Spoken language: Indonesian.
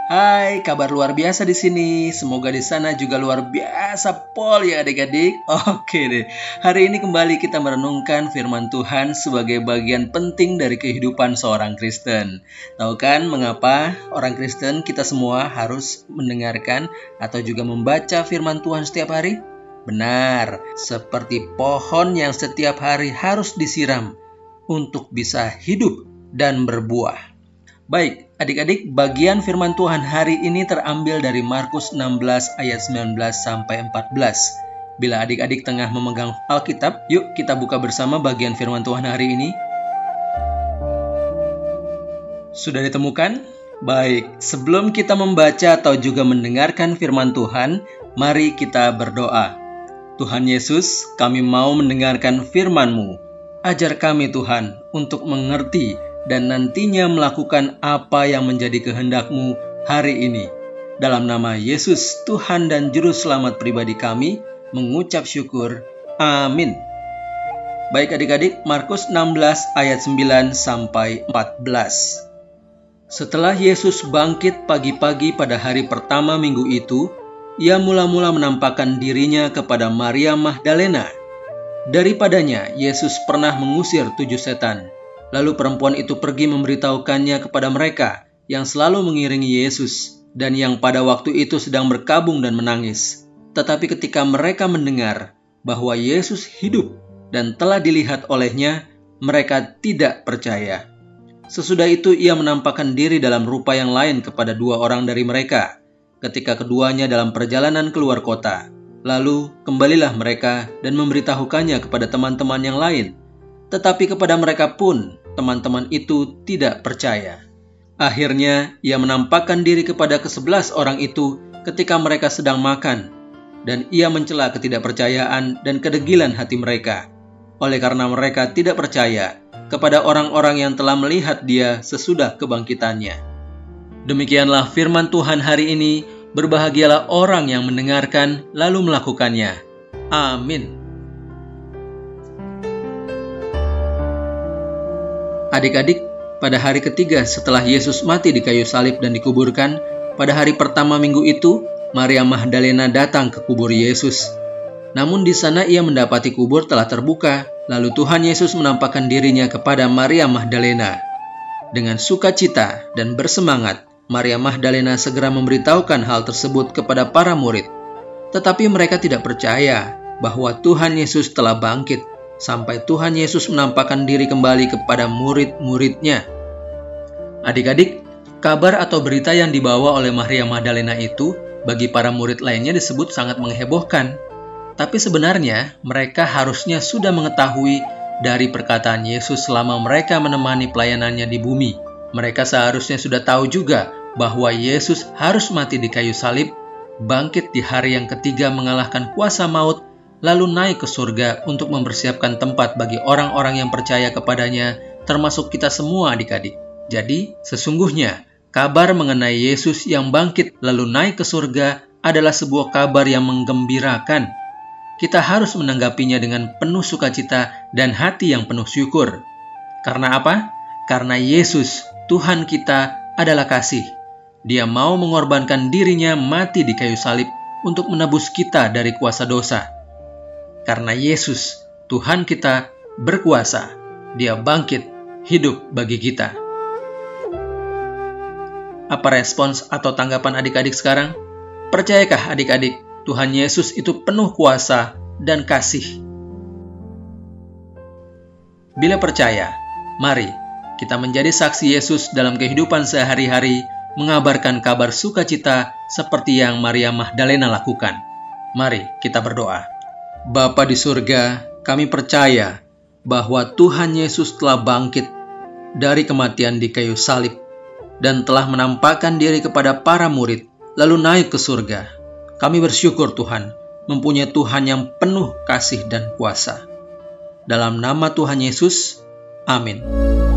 Hai, kabar luar biasa di sini. Semoga di sana juga luar biasa pol ya adik-adik. Oke deh, hari ini kembali kita merenungkan firman Tuhan sebagai bagian penting dari kehidupan seorang Kristen. Tahu kan mengapa orang Kristen kita semua harus mendengarkan atau juga membaca firman Tuhan setiap hari? Benar, seperti pohon yang setiap hari harus disiram untuk bisa hidup dan berbuah. Baik, adik-adik, bagian firman Tuhan hari ini terambil dari Markus 16 ayat 19 sampai 14. Bila adik-adik tengah memegang Alkitab, yuk kita buka bersama bagian firman Tuhan hari ini. Sudah ditemukan? Baik, sebelum kita membaca atau juga mendengarkan firman Tuhan, mari kita berdoa. Tuhan Yesus, kami mau mendengarkan firman-Mu. Ajar kami Tuhan untuk mengerti dan nantinya melakukan apa yang menjadi kehendak-Mu hari ini. Dalam nama Yesus, Tuhan dan Juru Selamat pribadi kami, mengucap syukur. Amin. Baik adik-adik, Markus 16 ayat 9 sampai 14. Setelah Yesus bangkit pagi-pagi pada hari pertama minggu itu, Ia mula-mula menampakkan dirinya kepada Maria Magdalena. Daripadanya, Yesus pernah mengusir 7 setan. Lalu perempuan itu pergi memberitahukannya kepada mereka yang selalu mengiringi Yesus dan yang pada waktu itu sedang berkabung dan menangis. Tetapi ketika mereka mendengar bahwa Yesus hidup dan telah dilihat olehnya, mereka tidak percaya. Sesudah itu ia menampakkan diri dalam rupa yang lain kepada 2 orang dari mereka, ketika keduanya dalam perjalanan keluar kota. Lalu kembalilah mereka dan memberitahukannya kepada teman-teman yang lain. Tetapi kepada mereka pun, teman-teman itu tidak percaya. Akhirnya, ia menampakkan diri kepada ke-11 orang itu ketika mereka sedang makan. Dan ia mencela ketidakpercayaan dan kedegilan hati mereka. Oleh karena mereka tidak percaya kepada orang-orang yang telah melihat dia sesudah kebangkitannya. Demikianlah firman Tuhan hari ini. Berbahagialah orang yang mendengarkan lalu melakukannya. Amin. Adik-adik, pada hari ketiga setelah Yesus mati di kayu salib dan dikuburkan, pada hari pertama minggu itu, Maria Magdalena datang ke kubur Yesus. Namun di sana ia mendapati kubur telah terbuka, lalu Tuhan Yesus menampakkan dirinya kepada Maria Magdalena. Dengan sukacita dan bersemangat, Maria Magdalena segera memberitahukan hal tersebut kepada para murid. Tetapi mereka tidak percaya bahwa Tuhan Yesus telah bangkit, sampai Tuhan Yesus menampakkan diri kembali kepada murid-muridnya. Adik-adik, kabar atau berita yang dibawa oleh Maria Magdalena itu bagi para murid lainnya disebut sangat menghebohkan. Tapi sebenarnya mereka harusnya sudah mengetahui dari perkataan Yesus selama mereka menemani pelayanannya di bumi. Mereka seharusnya sudah tahu juga bahwa Yesus harus mati di kayu salib, bangkit di hari yang ketiga mengalahkan kuasa maut, lalu naik ke surga untuk mempersiapkan tempat bagi orang-orang yang percaya kepadanya, termasuk kita semua adik-adik. Jadi, sesungguhnya, kabar mengenai Yesus yang bangkit lalu naik ke surga adalah sebuah kabar yang menggembirakan. Kita harus menanggapinya dengan penuh sukacita dan hati yang penuh syukur. Karena apa? Karena Yesus, Tuhan kita, adalah kasih. Dia mau mengorbankan dirinya mati di kayu salib untuk menebus kita dari kuasa dosa. Karena Yesus, Tuhan kita, berkuasa. Dia bangkit, hidup bagi kita. Apa respons atau tanggapan adik-adik sekarang? Percayakah adik-adik, Tuhan Yesus itu penuh kuasa dan kasih? Bila percaya, mari kita menjadi saksi Yesus dalam kehidupan sehari-hari, mengabarkan kabar sukacita seperti yang Maria Magdalena lakukan. Mari kita berdoa. Bapa di surga, kami percaya bahwa Tuhan Yesus telah bangkit dari kematian di kayu salib dan telah menampakkan diri kepada para murid, lalu naik ke surga. Kami bersyukur Tuhan, mempunyai Tuhan yang penuh kasih dan kuasa. Dalam nama Tuhan Yesus, amin.